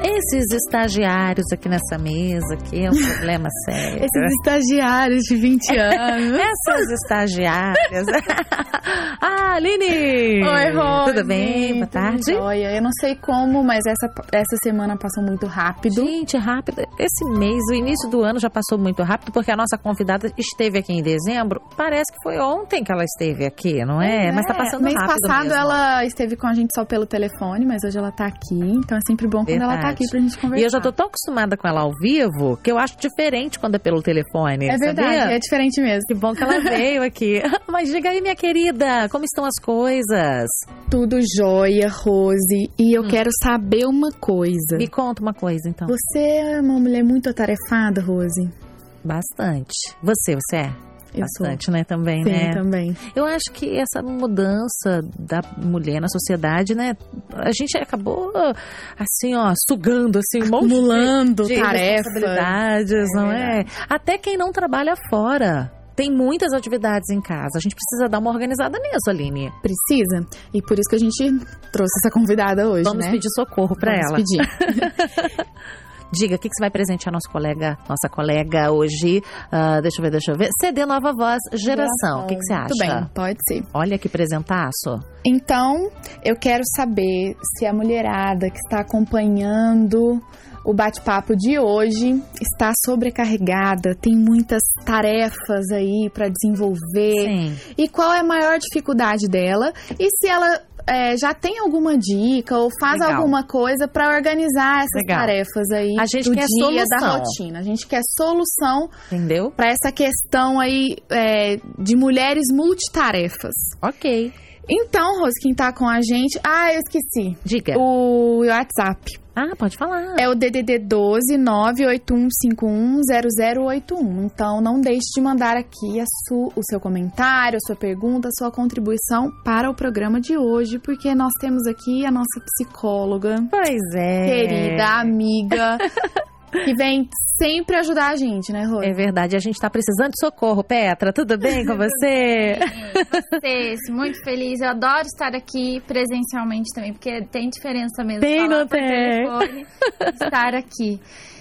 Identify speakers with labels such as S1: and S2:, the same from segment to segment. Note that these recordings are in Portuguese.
S1: Esses estagiários aqui nessa mesa, que é um problema sério.
S2: Esses estagiários de 20 anos.
S1: Essas estagiárias. Aline!
S2: Oi, Rose.
S1: Tudo bem? Boa tarde.
S2: Joia. Eu não sei como, mas essa semana passou muito rápido.
S1: Gente, rápido. Esse mês, o início do ano já passou muito rápido, porque a nossa convidada esteve aqui em dezembro. Parece que foi ontem que ela esteve aqui, não é? Mas tá passando
S2: mês
S1: rápido
S2: passado
S1: mesmo.
S2: Ela esteve com a gente só pelo telefone, mas hoje ela tá aqui. Então é sempre bom quando ela tá aqui pra gente conversar.
S1: E eu já tô tão acostumada com ela ao vivo, que eu acho diferente quando é pelo telefone.
S2: É verdade,
S1: sabia?
S2: é diferente mesmo.
S1: Que bom que ela veio aqui. Mas diga aí, minha querida, como estão as coisas?
S2: Tudo jóia, Rose. E eu quero saber uma coisa.
S1: Me conta uma coisa, então.
S2: Você é uma mulher muito atarefada, Rose?
S1: Bastante. Você é?
S2: Eu
S1: Bastante,
S2: sou.
S1: né? Também,
S2: Sim,
S1: né?
S2: também.
S1: Eu acho que essa mudança da mulher na sociedade, né? A gente acabou, assim, ó, sugando, assim, um monte
S2: Acumulando
S1: de
S2: tarefas.
S1: responsabilidades, não é? Até quem não trabalha fora. Tem muitas atividades em casa. A gente precisa dar uma organizada nisso, Aline.
S2: Precisa. E por isso que a gente trouxe essa convidada hoje,
S1: Vamos
S2: né?
S1: pedir socorro pra ela.
S2: Vamos pedir.
S1: Diga, o que você vai presentear nossa colega hoje? Deixa eu ver. CD Nova Voz Geração. O que você acha?
S2: Muito bem, pode ser.
S1: Olha que presentaço.
S2: Então, eu quero saber se a mulherada que está acompanhando o bate-papo de hoje está sobrecarregada, tem muitas tarefas aí para desenvolver.
S1: Sim.
S2: E qual é a maior dificuldade dela? E se ela já tem alguma dica ou faz alguma coisa para organizar essas tarefas aí
S1: a gente
S2: do
S1: quer
S2: dia,
S1: solução.
S2: da rotina. A gente quer solução,
S1: entendeu?
S2: Para essa questão aí de mulheres multitarefas.
S1: Ok.
S2: Então, Rose, quem tá com a gente... eu esqueci.
S1: Diga.
S2: O WhatsApp.
S1: Pode falar.
S2: É o DDD 12 981510081. Então, não deixe de mandar aqui o seu comentário, a sua pergunta, a sua contribuição para o programa de hoje, porque nós temos aqui a nossa psicóloga.
S1: Pois é.
S2: Querida amiga, que vem sempre ajudar a gente, né, Rose?
S1: É verdade. A gente tá precisando de socorro, Petra. Tudo bem com você?
S3: Vocês, muito feliz. Eu adoro estar aqui presencialmente também, porque tem diferença mesmo.
S1: Tem,
S3: falar
S1: não
S3: por
S1: tem?
S3: telefone, estar aqui.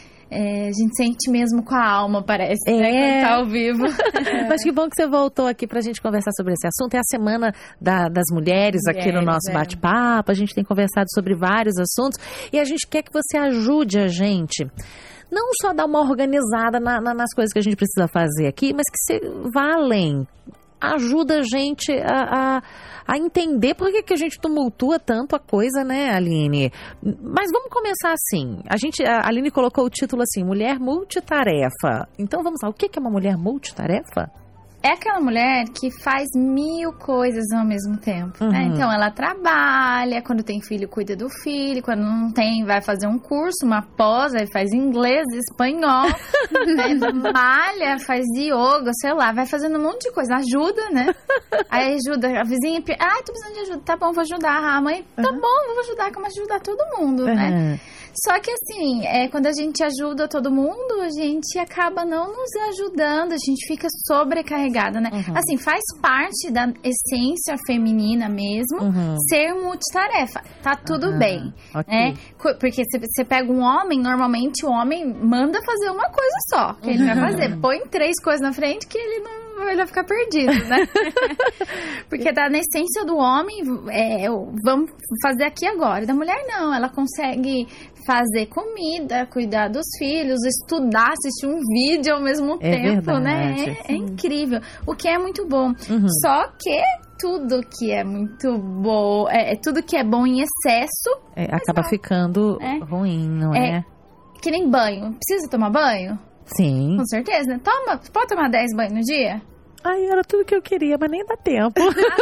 S3: A gente sente mesmo com a alma, parece, né, quando tá ao vivo.
S1: Mas que bom que você voltou aqui pra gente conversar sobre esse assunto. É a semana das mulheres aqui no nosso bate-papo. A gente tem conversado sobre vários assuntos e a gente quer que você ajude a gente. Não só dar uma organizada nas coisas que a gente precisa fazer aqui, mas que você vá além. Ajuda a gente a entender por que a gente tumultua tanto a coisa, né, Aline? Mas vamos começar assim. A Aline colocou o título assim, Mulher Multitarefa. Então vamos lá, o que é uma mulher multitarefa?
S3: É aquela mulher que faz 1000 coisas ao mesmo tempo, né? Então, ela trabalha, quando tem filho, cuida do filho, quando não tem, vai fazer um curso, uma pós, aí faz inglês, espanhol, né? Malha, faz yoga, sei lá, vai fazendo um monte de coisa, ajuda, né? Aí ajuda a vizinha, tô precisando de ajuda, tá bom, vou ajudar. A mãe, tá bom, vou ajudar, começa a ajudar todo mundo, né? Só que assim, quando a gente ajuda todo mundo, a gente acaba não nos ajudando, a gente fica sobrecarregada, né? Assim, faz parte da essência feminina mesmo, ser multitarefa. Tá tudo bem, né? Porque você pega um homem, normalmente o homem manda fazer uma coisa só, que ele vai fazer. Põe 3 coisas na frente que ele vai ficar perdido, né? Porque tá na essência do homem, vamos fazer aqui agora. Da mulher não, ela consegue fazer comida, cuidar dos filhos, estudar, assistir um vídeo ao mesmo tempo,
S1: verdade,
S3: né? É incrível. O que é muito bom. Só que tudo que é muito bom, tudo que é bom em excesso...
S1: acaba ficando ruim, não é?
S3: Que nem banho. Precisa tomar banho?
S1: Sim.
S3: Com certeza, né? Pode tomar 10 banhos no dia?
S1: Era tudo que eu queria, mas nem dá tempo.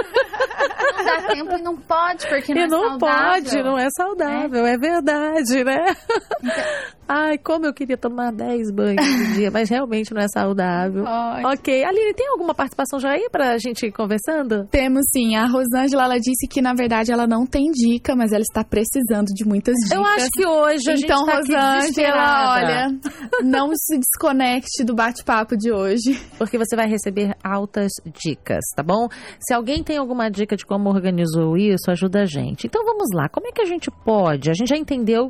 S3: Não dá tempo e não pode, porque não é saudável.
S1: Não pode, não é saudável, é verdade, né? Então... como eu queria tomar 10 banhos no dia, mas realmente não é saudável.
S3: Pode.
S1: Ok. Aline, tem alguma participação já aí pra gente ir conversando?
S2: Temos sim. A Rosângela, ela disse que, na verdade, ela não tem dica, mas ela está precisando de muitas dicas.
S1: Eu acho que hoje a gente
S2: então,
S1: tá aqui
S2: Rosângela, olha, não se desconecte do bate-papo de hoje.
S1: Porque você vai receber altas dicas, tá bom? Se alguém tem alguma dica de como organizou isso, ajuda a gente. Então vamos lá, como é que a gente pode? A gente já entendeu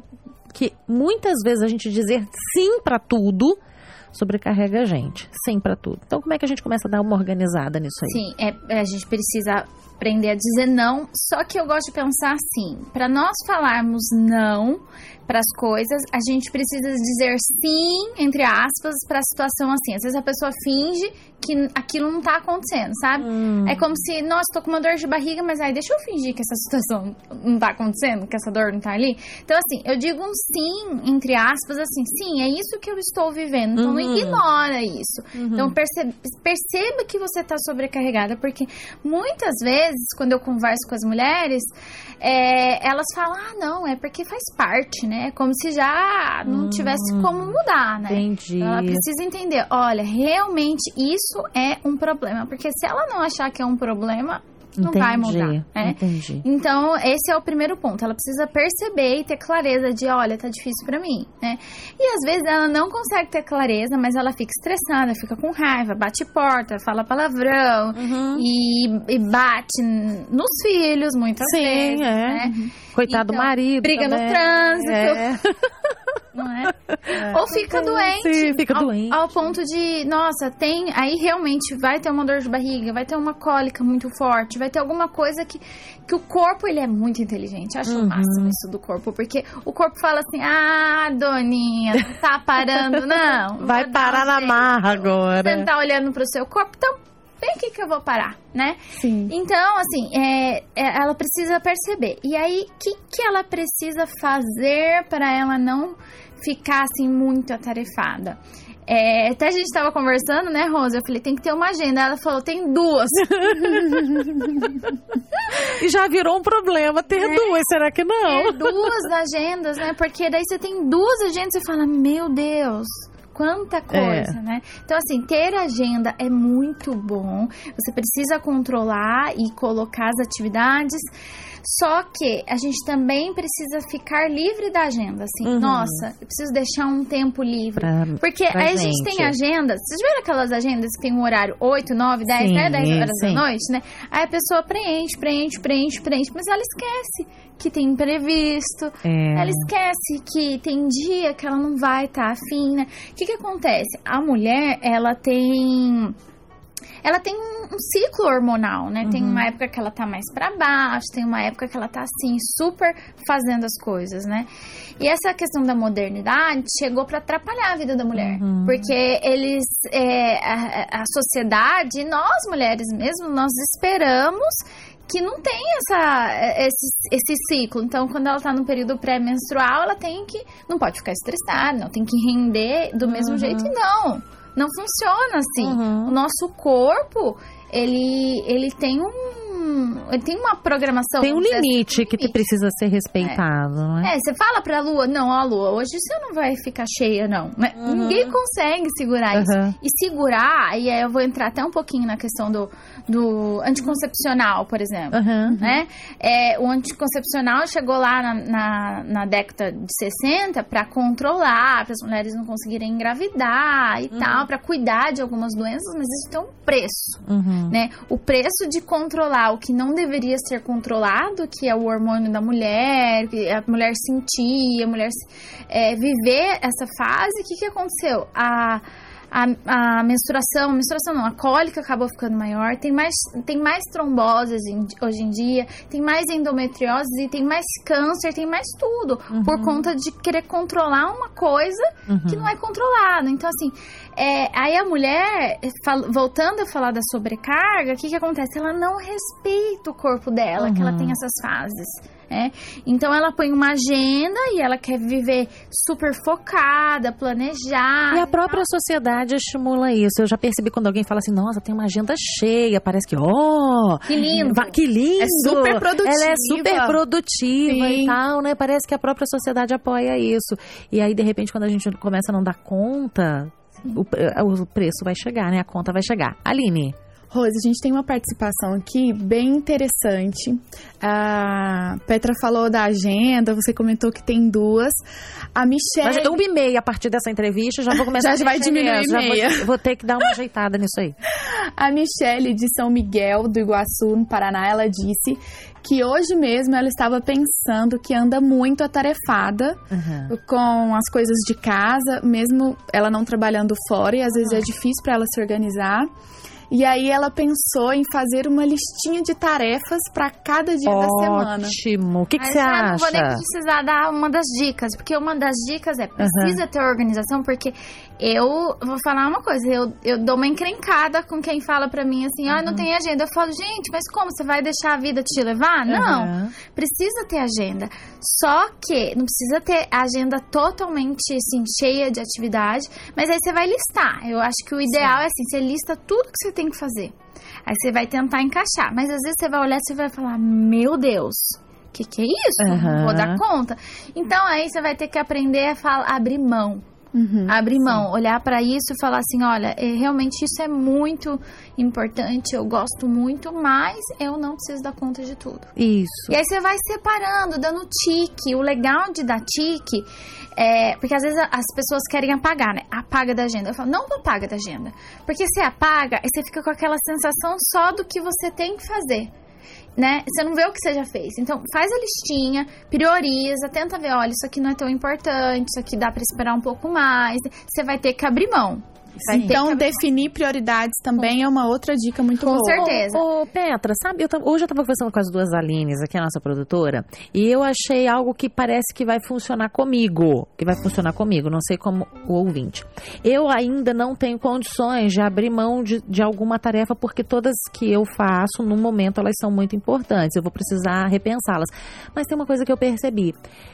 S1: que muitas vezes a gente dizer sim para tudo sobrecarrega a gente, sim para tudo. Então, como é que a gente começa a dar uma organizada nisso aí?
S3: Sim, a gente precisa aprender a dizer não, só que eu gosto de pensar assim, para nós falarmos não para as coisas, a gente precisa dizer sim, entre aspas, para a situação assim. Às vezes a pessoa finge que aquilo não tá acontecendo, sabe? É como se, nossa, tô com uma dor de barriga, mas aí deixa eu fingir que essa situação não tá acontecendo, que essa dor não tá ali. Então, assim, eu digo um sim, entre aspas, assim, sim, é isso que eu estou vivendo, então não ignora isso. Então, perceba que você tá sobrecarregada, porque muitas vezes, quando eu converso com as mulheres, elas falam, não, é porque faz parte, né? É como se já não tivesse como mudar, né?
S1: Entendi.
S3: Então, ela precisa entender, olha, realmente isso é um problema, porque se ela não achar que é um problema, não vai mudar, né?
S1: Entendi.
S3: Então, esse é o primeiro ponto. Ela precisa perceber e ter clareza de, olha, tá difícil pra mim, né? E às vezes ela não consegue ter clareza, mas ela fica estressada, fica com raiva, bate porta, fala palavrão e bate nos filhos muitas vezes, né?
S1: Coitado do marido.
S3: Briga
S1: também.
S3: no trânsito. Não é? Ou fica doente.
S1: Sim, fica doente.
S3: Ao ponto de, nossa, aí realmente vai ter uma dor de barriga, vai ter uma cólica muito forte, vai ter alguma coisa que o corpo, ele é muito inteligente. Eu acho o máximo isso do corpo, porque o corpo fala assim, doninha, não tá parando, não.
S1: Vai parar na marra agora.
S3: Você tá olhando pro seu corpo, então vem aqui que eu vou parar, né?
S2: Sim.
S3: Então, assim, ela precisa perceber. E aí, o que ela precisa fazer para ela não ficar, assim, muito atarefada? Até a gente tava conversando, né, Rosa? Eu falei, tem que ter uma agenda. Ela falou, tem 2.
S1: E já virou um problema ter 2, será que não?
S3: Ter 2 agendas, né? Porque daí você tem 2 agendas e fala, meu Deus, quanta coisa, né? Então, assim, ter agenda é muito bom. Você precisa controlar e colocar as atividades. Só que a gente também precisa ficar livre da agenda, assim. Nossa, eu preciso deixar um tempo livre. Porque aí a gente tem agendas. Vocês viram aquelas agendas que tem um horário 8, 9, 10, né? 10 horas da noite, né? Aí a pessoa preenche, mas ela esquece que tem imprevisto. Ela esquece que tem dia que ela não vai estar afim, né? O que acontece? A mulher, ela tem um ciclo hormonal, né? Tem uma época que ela tá mais pra baixo, tem uma época que ela tá assim, super fazendo as coisas, né? E essa questão da modernidade chegou pra atrapalhar a vida da mulher. Porque a sociedade, nós mulheres mesmo, nós esperamos que não tem esse ciclo. Então, quando ela tá no período pré-menstrual, ela não pode ficar estressada, não tem que render do mesmo jeito, e não funciona assim. O nosso corpo, ele tem uma programação.
S1: Tem um limite que precisa ser respeitado, não é?
S3: Você fala pra Lua, não, a Lua, hoje você não vai ficar cheia, não. Ninguém consegue segurar isso. E segurar, e aí eu vou entrar até um pouquinho na questão do anticoncepcional, por exemplo. Né? O anticoncepcional chegou lá na década de 60 pra controlar, para as mulheres não conseguirem engravidar e tal, pra cuidar de algumas doenças, mas isso tem um preço, né? O preço de controlar o que não deveria ser controlado, que é o hormônio da mulher, a mulher sentir, a mulher viver essa fase. O que aconteceu? A menstruação não, a cólica acabou ficando maior, tem mais tromboses hoje em dia, tem mais endometriose, tem mais câncer, tem mais tudo, por conta de querer controlar uma coisa que não é controlada. Então, assim, aí a mulher, voltando a falar da sobrecarga, o que acontece? Ela não respeita o corpo dela, que ela tem essas fases. Então ela põe uma agenda e ela quer viver super focada, planejada.
S1: E a própria sociedade estimula isso. Eu já percebi quando alguém fala assim, nossa, tem uma agenda cheia, parece que,
S3: que lindo.
S1: Que lindo.
S2: É super produtiva.
S1: Ela é super produtiva e tal, né? Parece que a própria sociedade apoia isso. E aí, de repente, quando a gente começa a não dar conta, o preço vai chegar, né? A conta vai chegar. Aline?
S2: Rose, a gente tem uma participação aqui bem interessante. A Petra falou da agenda, você comentou que tem 2. A Michelle...
S1: Mas 1h30 a partir dessa entrevista, já vou começar
S2: já vai diminuir meia.
S1: Vou ter que dar uma ajeitada nisso aí.
S2: A Michelle, de São Miguel, do Iguaçu, no Paraná, ela disse que hoje mesmo ela estava pensando que anda muito atarefada com as coisas de casa, mesmo ela não trabalhando fora, e às vezes é difícil para ela se organizar. E aí ela pensou em fazer uma listinha de tarefas para cada dia da semana.
S1: Ótimo. O que você acha?
S3: Eu não vou nem precisar dar uma das dicas, porque uma das dicas é precisa ter organização, porque eu vou falar uma coisa, eu dou uma encrencada com quem fala pra mim assim, não tem agenda. Eu falo, gente, mas como? Você vai deixar a vida te levar? Não, precisa ter agenda. Só que não precisa ter a agenda totalmente assim, cheia de atividade, mas aí você vai listar. Eu acho que o ideal é assim, você lista tudo que você tem que fazer. Aí você vai tentar encaixar, mas às vezes você vai olhar e você vai falar, meu Deus, que é isso? Não vou dar conta. Então aí você vai ter que aprender a abrir mão. Abrir mão, olhar pra isso e falar assim, olha, realmente isso é muito importante, eu gosto muito, mas eu não preciso dar conta de tudo.
S1: Isso.
S3: E aí você vai separando, dando tique. O legal de dar tique é... Porque às vezes as pessoas querem apagar, né? Apaga da agenda. Eu falo, não apaga da agenda. Porque você apaga, aí você fica com aquela sensação só do que você tem que fazer. Né? Você não vê o que você já fez. Então, faz a listinha, prioriza, tenta ver, olha, isso aqui não é tão importante, isso aqui dá pra esperar um pouco mais. Você vai ter que abrir mão.
S2: Então, definir prioridades também é uma outra dica muito boa.
S3: Com certeza.
S1: Ô, Petra, sabe, hoje eu tava conversando com as 2 Alines aqui, a nossa produtora, e eu achei algo que parece que vai funcionar comigo. Não sei como o ouvinte. Eu ainda não tenho condições de abrir mão de alguma tarefa, porque todas que eu faço, no momento, elas são muito importantes. Eu vou precisar repensá-las. Mas tem uma coisa que eu percebi.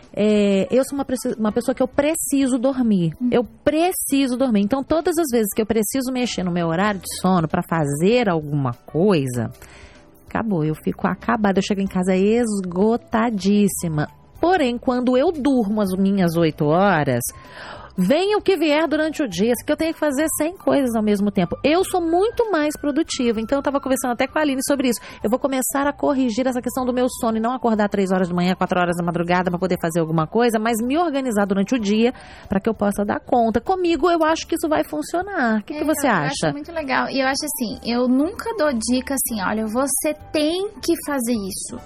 S1: Eu sou uma pessoa que eu preciso dormir. Eu preciso dormir. Então, todas as vezes que eu preciso mexer no meu horário de sono para fazer alguma coisa, acabou. Eu fico acabada. Eu chego em casa esgotadíssima. Porém, quando eu durmo as minhas 8 horas... Venha o que vier durante o dia, que eu tenho que fazer 100 coisas ao mesmo tempo. Eu sou muito mais produtiva, então eu estava conversando até com a Aline sobre isso. Eu vou começar a corrigir essa questão do meu sono e não acordar 3 horas da manhã, 4 horas da madrugada para poder fazer alguma coisa, mas me organizar durante o dia para que eu possa dar conta. Comigo, eu acho que isso vai funcionar. O que você acha?
S3: Eu acho muito legal. E eu acho assim, eu nunca dou dica assim, olha, você tem que fazer isso.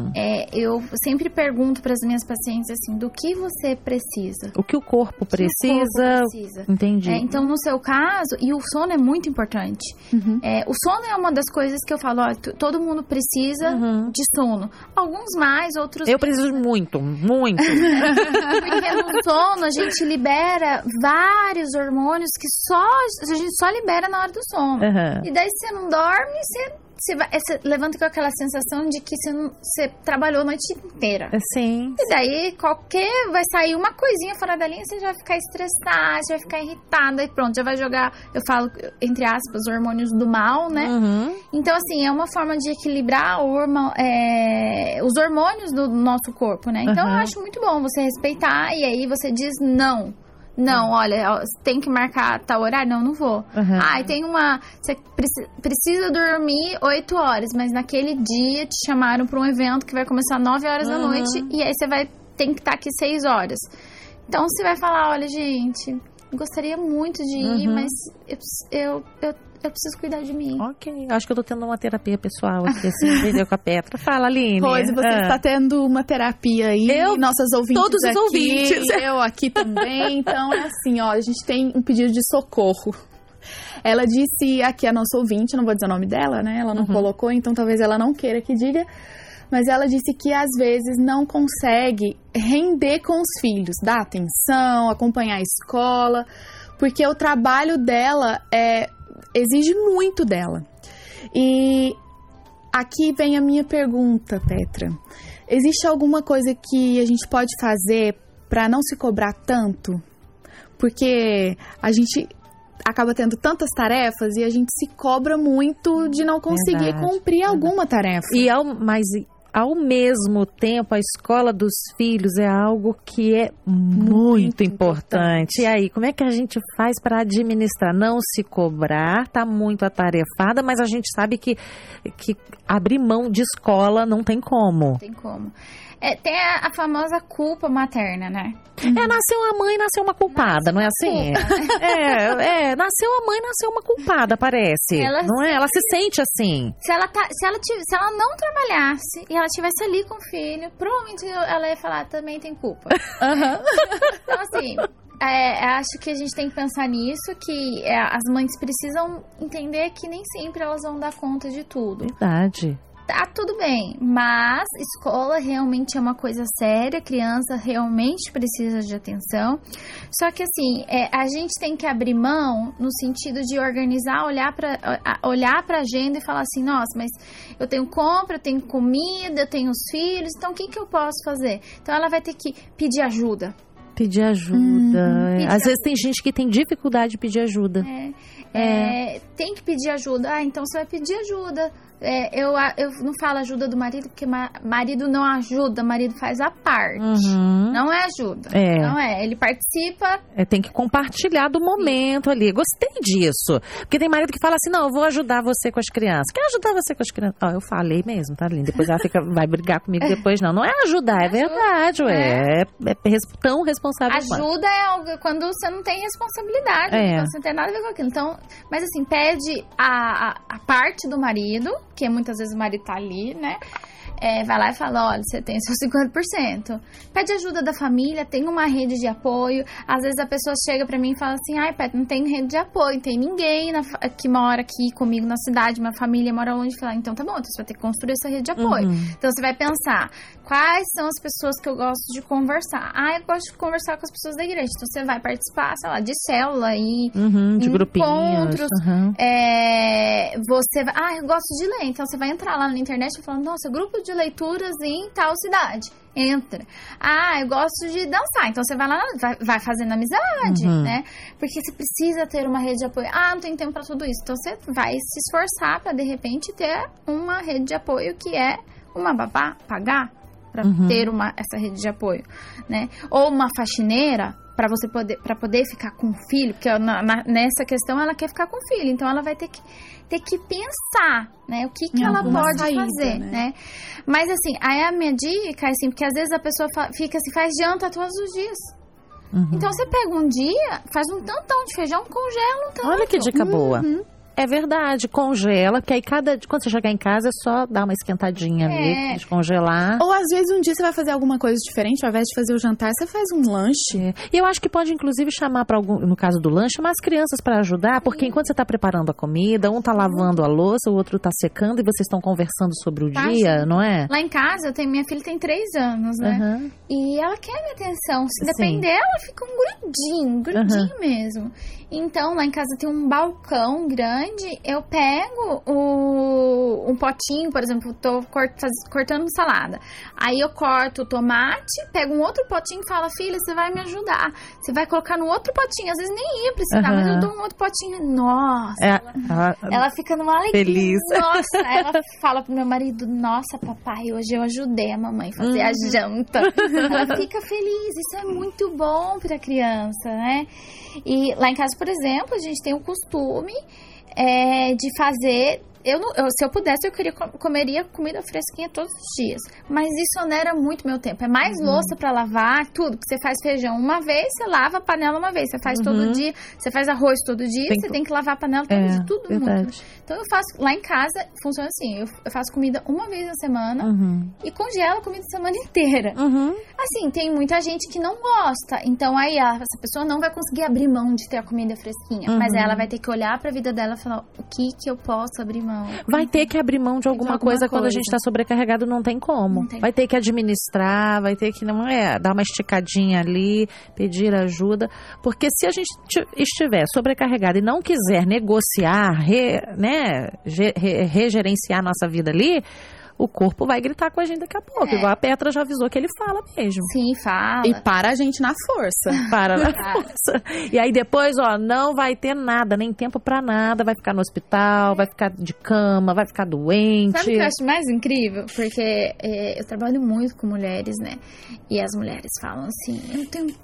S3: Eu sempre pergunto para as minhas pacientes assim, do que você precisa?
S1: O que o corpo precisa? Entendi.
S3: Então, no seu caso, e o sono é muito importante. O sono é uma das coisas que eu falo, ó, todo mundo precisa de sono. Alguns mais, outros...
S1: Eu preciso muito. Porque
S3: no sono a gente libera vários hormônios que a gente só libera na hora do sono. E daí você não dorme, você levanta com aquela sensação de que você trabalhou a noite inteira.
S1: Sim.
S3: E daí vai sair uma coisinha fora da linha, você já vai ficar estressada, você vai ficar irritada e pronto, já vai jogar, eu falo, entre aspas, hormônios do mal, né? Então, assim, é uma forma de equilibrar os hormônios do nosso corpo, né? Então, eu acho muito bom você respeitar e aí você diz não. Não, olha, tem que marcar tal horário? Não vou. Você precisa dormir 8 horas, mas naquele dia te chamaram para um evento que vai começar 9 horas da noite e aí você tem que estar aqui 6 horas. Então você vai falar, olha, gente, gostaria muito de ir, mas eu preciso cuidar de mim.
S1: Ok, acho que eu tô tendo uma terapia pessoal aqui, assim, entendeu, com a Petra. Fala, Aline.
S2: Rose, você está tendo uma terapia aí, nossas ouvintes
S1: todos os
S2: aqui,
S1: ouvintes.
S2: Eu aqui também. Então, é assim, ó, a gente tem um pedido de socorro. Ela disse aqui, a nossa ouvinte, não vou dizer o nome dela, né? Ela não colocou, então talvez ela não queira que diga. Mas ela disse que às vezes não consegue render com os filhos, dar atenção, acompanhar a escola, porque o trabalho dela exige muito dela. E aqui vem a minha pergunta, Petra. Existe alguma coisa que a gente pode fazer para não se cobrar tanto? Porque a gente acaba tendo tantas tarefas e a gente se cobra muito de não conseguir cumprir alguma tarefa.
S1: Mas ao mesmo tempo, a escola dos filhos é algo que é muito importante. E aí, como é que a gente faz para administrar? Não se cobrar, tá muito atarefada, mas a gente sabe que abrir mão de escola não tem como.
S3: Não tem como. Tem a famosa culpa materna, né?
S1: Nasceu a mãe, nasceu uma culpada, não é assim? Nasceu a mãe, nasceu uma culpada, parece. Ela se sente assim.
S3: Se ela não trabalhasse e ela estivesse ali com o filho, provavelmente ela ia falar, também tem culpa. Então, assim, acho que a gente tem que pensar nisso, que as mães precisam entender que nem sempre elas vão dar conta de tudo.
S1: Verdade.
S3: Tá tudo bem, mas escola realmente é uma coisa séria, criança realmente precisa de atenção. Só que assim, a gente tem que abrir mão no sentido de organizar, olhar pra agenda e falar assim, nossa, mas eu tenho compra, eu tenho comida, eu tenho os filhos, então o que eu posso fazer? Então ela vai ter que pedir ajuda.
S1: Pedir ajuda. Às vezes tem gente que tem dificuldade de pedir ajuda.
S3: Tem que pedir ajuda. Então você vai pedir ajuda. Eu não falo ajuda do marido, porque marido não ajuda, marido faz a parte. Não é ajuda. Não ele participa.
S1: Tem que compartilhar do momento ali. Gostei disso. Porque tem marido que fala assim, não, eu vou ajudar você com as crianças. Quer ajudar você com as crianças? Eu falei mesmo, tá lindo. Depois ela vai brigar comigo depois, não. Não é ajudar, é verdade, é tão responsável.
S3: Ajuda é algo quando você não tem responsabilidade, quando você não tem nada a ver com aquilo. Então, mas assim, pede a parte do marido, que muitas vezes o marido tá ali, né? Vai lá e fala, olha, você tem seus 50%. Pede ajuda da família, tem uma rede de apoio. Às vezes a pessoa chega pra mim e fala assim, ai, Pet, não tem rede de apoio, não tem ninguém que mora aqui comigo na cidade, minha família mora longe. Fala, então tá bom, então você vai ter que construir essa rede de apoio. Então você vai pensar, quais são as pessoas que eu gosto de conversar? Eu gosto de conversar com as pessoas da igreja. Então você vai participar, sei lá, de célula e
S1: de grupinhos.
S3: Você vai, eu gosto de ler. Então você vai entrar lá na internet e falar, nossa, grupo de leituras em tal cidade. Entra. Eu gosto de dançar. Então você vai lá, vai fazendo amizade, né? Porque você precisa ter uma rede de apoio. Não tem tempo pra tudo isso. Então você vai se esforçar pra de repente ter uma rede de apoio que é uma babá, pagar pra ter essa rede de apoio, né? Ou uma faxineira para poder ficar com o filho, porque nessa questão ela quer ficar com o filho, então ela vai ter que pensar, né, o que ela pode fazer, né? Mas assim, aí a minha dica é assim, porque às vezes a pessoa fica assim, faz janta todos os dias. Então você pega um dia, faz um tantão de feijão, congela um tanto.
S1: Olha que dica boa. É verdade, congela, porque aí quando você chegar em casa é só dar uma esquentadinha ali, descongelar.
S2: Ou às vezes um dia você vai fazer alguma coisa diferente, ao invés de fazer o jantar, você faz um lanche.
S1: E eu acho que pode inclusive chamar para no caso do lanche, chamar as crianças para ajudar, porque enquanto você está preparando a comida, um tá lavando a louça, o outro tá secando e vocês estão conversando sobre o dia, não é?
S3: Lá em casa, minha filha tem 3 anos, né? E ela quer minha atenção. Se depender, ela fica um grudinho mesmo. Então, lá em casa tem um balcão grande, eu pego um potinho, por exemplo, tô cortando salada. Aí eu corto o tomate, pego um outro potinho e falo, filha, você vai me ajudar. Você vai colocar no outro potinho. Às vezes nem ia precisar, mas eu dou um outro potinho. Nossa, ela fica numa alegria.
S1: Feliz.
S3: Nossa, ela fala pro meu marido, nossa, papai, hoje eu ajudei a mamãe a fazer a janta. Ela fica feliz, isso é muito bom pra criança, né? E lá em casa, por exemplo, a gente tem o costume de fazer... se eu pudesse, eu comeria comida fresquinha todos os dias. Mas isso onera muito meu tempo. É mais louça pra lavar, tudo. Que você faz feijão uma vez, você lava a panela uma vez. Você faz todo dia, você faz arroz todo dia, você tem que lavar a panela todo dia, tudo muito. Então eu faço, lá em casa, funciona assim. Eu faço comida uma vez na semana e congelo a comida a semana inteira. Assim, tem muita gente que não gosta. Então aí essa pessoa não vai conseguir abrir mão de ter a comida fresquinha. Mas aí ela vai ter que olhar pra vida dela e falar, o que eu posso abrir mão?
S1: Vai ter que abrir mão de alguma coisa quando a gente está sobrecarregado, não tem como. Vai ter que administrar, vai ter que dar uma esticadinha ali, pedir ajuda. Porque se a gente estiver sobrecarregado e não quiser negociar, regerenciar nossa vida ali, o corpo vai gritar com a gente daqui a pouco. Igual a Petra já avisou que ele fala mesmo.
S3: Sim, fala.
S2: E para a gente na força.
S1: Para na força. E aí depois, não vai ter nada, nem tempo pra nada. Vai ficar no hospital, vai ficar de cama, vai ficar doente.
S3: Sabe o que eu acho mais incrível? Porque eu trabalho muito com mulheres, né? E as mulheres falam assim, eu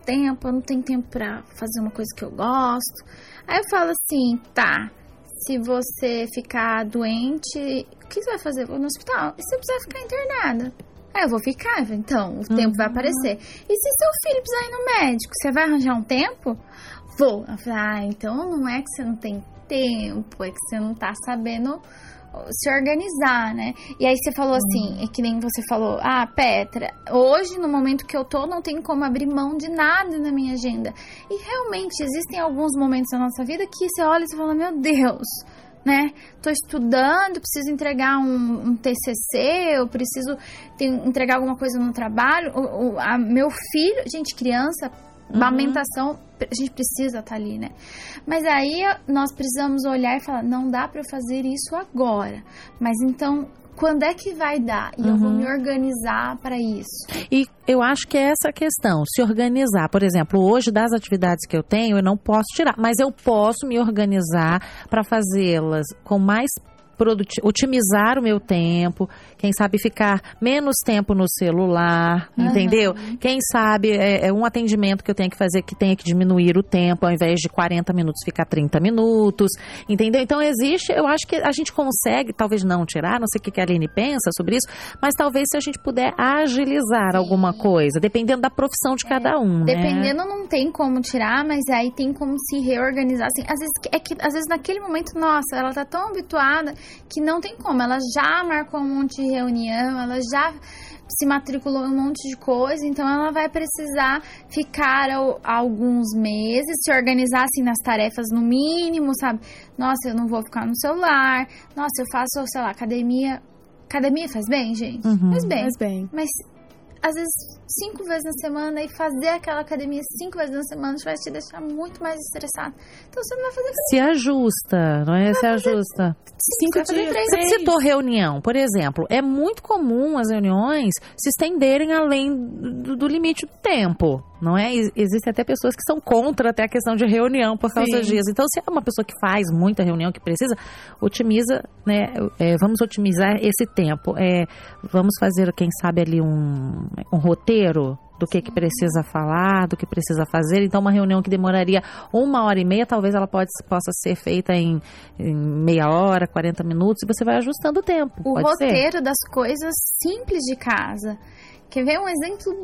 S3: não tenho tempo pra fazer uma coisa que eu gosto. Aí eu falo assim, tá, se você ficar doente, o que você vai fazer? Eu vou no hospital. E se você precisar ficar internada? Aí eu vou ficar, então, o tempo vai aparecer. E se seu filho precisar ir no médico, você vai arranjar um tempo? Vou. Eu falei, então não é que você não tem tempo, é que você não tá sabendo se organizar, né? E aí você falou assim, é que nem você falou, Petra, hoje no momento que eu tô, não tem como abrir mão de nada na minha agenda. E realmente existem alguns momentos da nossa vida que você olha e você fala, meu Deus, né? Tô estudando, preciso entregar um TCC, eu preciso entregar alguma coisa no trabalho, meu filho, gente, criança, amamentação, a gente precisa estar ali, né? Mas aí nós precisamos olhar e falar, não dá para eu fazer isso agora. Mas então, quando é que vai dar? E eu vou me organizar para isso.
S1: E eu acho que é essa a questão, se organizar. Por exemplo, hoje das atividades que eu tenho, eu não posso tirar, mas eu posso me organizar para fazê-las com mais otimizar o meu tempo, quem sabe ficar menos tempo no celular, entendeu? Quem sabe um atendimento que eu tenho que fazer que tenha que diminuir o tempo, ao invés de 40 minutos ficar 30 minutos, entendeu? Então existe, eu acho que a gente consegue, talvez não tirar, não sei o que a Aline pensa sobre isso, mas talvez se a gente puder agilizar alguma coisa, dependendo da profissão de cada um,
S3: dependendo, não tem como tirar, mas aí tem como se reorganizar, assim, às vezes naquele momento, nossa, ela tá tão habituada que não tem como, ela já marcou um monte de reunião, ela já se matriculou em um monte de coisa, então ela vai precisar ficar alguns meses, se organizar assim nas tarefas no mínimo, sabe? Nossa, eu não vou ficar no celular, nossa, eu faço, sei lá, academia. Academia faz bem, gente? Faz bem. Mas às vezes 5 vezes na semana, e fazer aquela academia 5 vezes na semana vai te deixar muito mais estressado. Então você não vai fazer...
S1: Se ajusta, não é? Se ajusta.
S2: 5 dias.
S1: Você citou reunião, por exemplo. É muito comum as reuniões se estenderem além do limite do tempo, não é? Existem até pessoas que são contra até a questão de reunião por causa disso. Então, se é uma pessoa que faz muita reunião, que precisa, otimiza, né? Vamos otimizar esse tempo. Vamos fazer, quem sabe, ali um roteiro do que precisa falar, do que precisa fazer. Então, uma reunião que demoraria 1h30, talvez ela possa ser feita em meia hora, 40 minutos, e você vai ajustando o tempo.
S3: O roteiro das coisas simples de casa. Quer ver um exemplo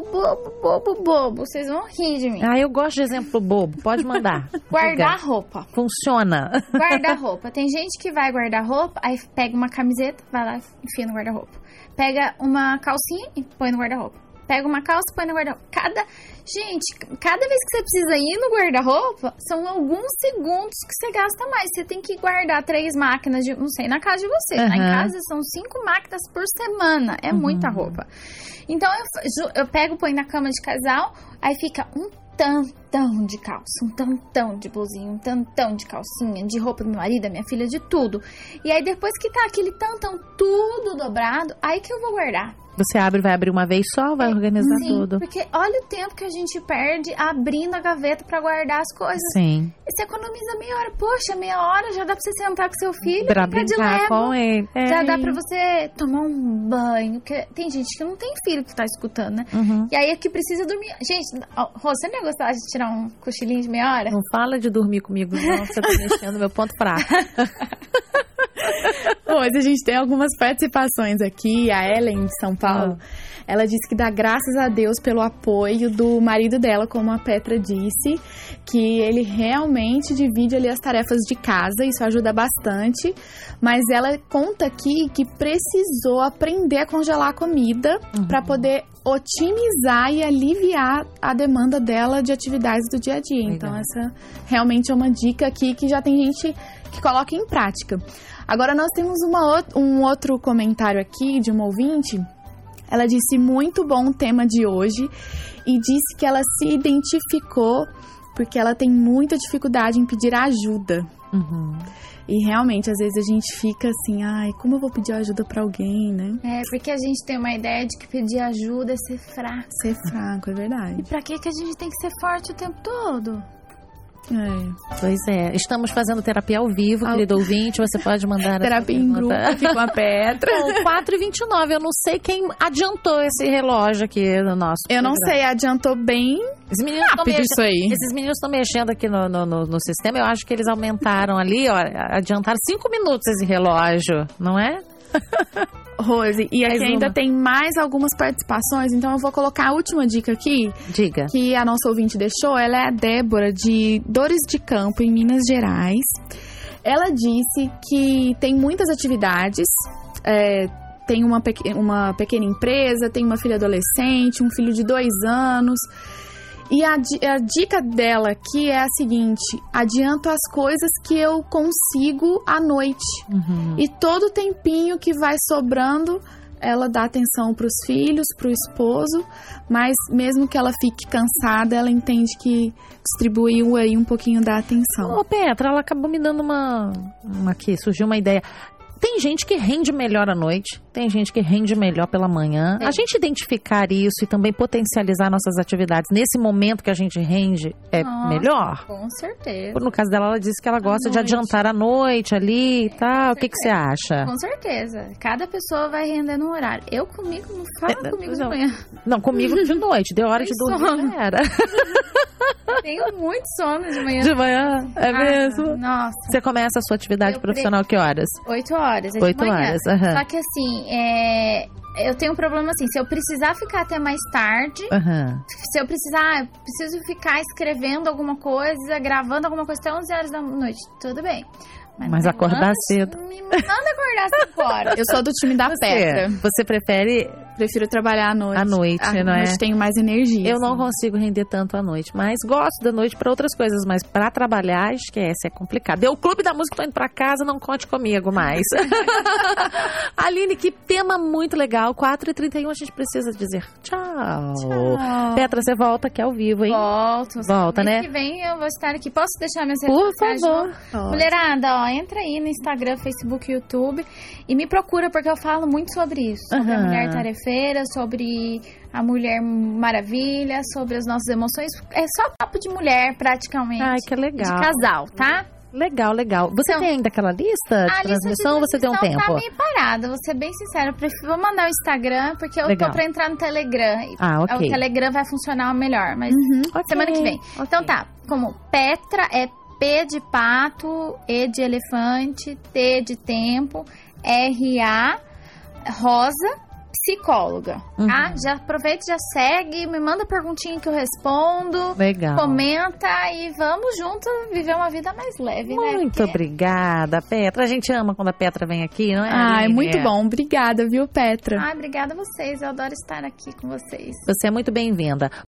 S3: bobo? Vocês vão rir de mim.
S1: Eu gosto de exemplo bobo. Pode mandar.
S3: Guardar roupa.
S1: Funciona.
S3: Guardar roupa. Tem gente que vai guardar roupa, aí pega uma camiseta, vai lá, enfia no guarda-roupa. Pega uma calcinha e põe no guarda-roupa. Pega uma calça e põe no guarda-roupa. Gente, cada vez que você precisa ir no guarda-roupa, são alguns segundos que você gasta mais. Você tem que guardar 3 máquinas, não sei, na casa de você. Lá em casa são 5 máquinas por semana. É muita roupa. Então, eu pego, põe na cama de casal, aí fica um tantão de calça, um tantão de blusinha, um tantão de calcinha, de roupa do meu marido, da minha filha, de tudo. E aí, depois que tá aquele tantão tudo dobrado, aí que eu vou guardar.
S1: Você vai abrir uma vez só, vai organizar tudo.
S3: Porque olha o tempo que a gente perde abrindo a gaveta pra guardar as coisas.
S1: Sim.
S3: E você economiza meia hora. Poxa, meia hora já dá pra você sentar com seu filho,
S1: pra brincar com ele.
S3: Já dá pra você tomar um banho. Porque tem gente que não tem filho que tá escutando, né? E aí é que precisa dormir. Gente, Rô, você não ia gostar de tirar um cochilinho de meia hora?
S1: Não fala de dormir comigo, não. Você tá mexendo no meu ponto fraco.
S2: Hoje a gente tem algumas participações aqui. A Ellen de São Paulo, ela disse que dá graças a Deus pelo apoio do marido dela, como a Petra disse, que ele realmente divide ali as tarefas de casa, isso ajuda bastante, mas ela conta aqui que precisou aprender a congelar a comida para poder otimizar e aliviar a demanda dela de atividades do dia a dia. Então essa realmente é uma dica aqui que já tem gente que coloca em prática. Agora nós temos um outro comentário aqui de uma ouvinte. Ela disse muito bom o tema de hoje e disse que ela se identificou porque ela tem muita dificuldade em pedir ajuda. E realmente, às vezes a gente fica assim, ai, como eu vou pedir ajuda pra alguém, né?
S3: Porque a gente tem uma ideia de que pedir ajuda é ser fraco.
S2: Ser fraco, é verdade.
S3: E pra que a gente tem que ser forte o tempo todo?
S1: Pois é, estamos fazendo terapia ao vivo, querido ouvinte, você pode mandar
S2: terapia em grupo aqui com a Petra.
S1: Bom, 4h29, eu não sei quem adiantou esse relógio aqui no nosso
S2: Eu
S1: programa.
S2: não sei, adiantou bem rápido isso aí.
S1: Esses meninos estão mexendo aqui no sistema, eu acho que eles aumentaram ali, ó, adiantaram 5 minutos esse relógio, não é?
S2: Rose, e aqui ainda tem mais algumas participações, então eu vou colocar a última dica aqui.
S1: Diga.
S2: Que a nossa ouvinte deixou, ela é a Débora, de Dores de Campo, em Minas Gerais. Ela disse que tem muitas atividades, tem uma pequena empresa, tem uma filha adolescente, um filho de 2 anos... E a dica dela aqui é a seguinte: adianto as coisas que eu consigo à noite. E todo o tempinho que vai sobrando, ela dá atenção para os filhos, para o esposo. Mas mesmo que ela fique cansada, ela entende que distribuiu aí um pouquinho da atenção.
S1: Ô Petra, ela acabou me dando surgiu uma ideia. Tem gente que rende melhor à noite, tem gente que rende melhor pela manhã. A gente identificar isso e também potencializar nossas atividades nesse momento que a gente rende é melhor?
S3: Com certeza.
S1: No caso dela, ela disse que ela gosta de adiantar à noite ali e tal. O que você acha?
S3: Com certeza. Cada pessoa vai render num horário. Eu comigo, não fala comigo de manhã.
S1: Não, comigo de noite. Deu hora de dormir, já era.
S3: Tenho muito sono de manhã.
S1: De manhã? É mesmo?
S3: Nossa.
S1: Você começa a sua atividade profissional que horas?
S3: 8 horas.
S1: 8 horas,
S3: Só que assim, eu tenho um problema assim, se eu precisar ficar até mais tarde, se eu preciso ficar escrevendo alguma coisa, gravando alguma coisa até 11 horas da noite, tudo bem.
S1: Mas acordar cedo.
S3: Me manda acordar 5 horas.
S2: Eu sou do time da Petra.
S1: Você
S2: Prefiro trabalhar à noite.
S1: À noite, não é?
S2: À noite tenho mais energia.
S1: Eu não consigo render tanto à noite, mas gosto da noite para outras coisas, mas para trabalhar, esquece, é complicado. Deu o Clube da Música, tô indo para casa, não conte comigo mais. Aline, que tema muito legal. 4h31, a gente precisa dizer tchau. Petra, você volta aqui ao vivo, hein? Volta, né?
S3: Mês que vem eu vou estar aqui. Posso deixar minhas
S1: redes sociais? Por
S3: favor. Mulherada, ó, entra aí no Instagram, Facebook, YouTube e me procura, porque eu falo muito sobre isso. Sobre a mulher tarefeira, sobre a Mulher Maravilha, sobre as nossas emoções. É só papo de mulher, praticamente.
S1: Ai, que legal.
S3: De casal, tá?
S1: Legal. Você tem ainda aquela lista de transmissão ou você deu um tempo?
S3: Tá meio parada, vou ser bem sincera. Vou mandar o Instagram, porque eu tô pra entrar no Telegram.
S1: Ok.
S3: O Telegram vai funcionar melhor, mas semana que vem. Okay. Então tá, como Petra é P de pato, E de elefante, T de tempo, R-A, Rosa, psicóloga, tá? Já aproveita, já segue, me manda perguntinha que eu respondo.
S1: Legal.
S3: Comenta e vamos junto viver uma vida mais leve, né?
S1: Muito obrigada, Petra. A gente ama quando a Petra vem aqui, não é?
S2: Ah, é muito bom. Obrigada, viu, Petra?
S3: Ah, obrigada a vocês. Eu adoro estar aqui com vocês.
S1: Você é muito bem-vinda.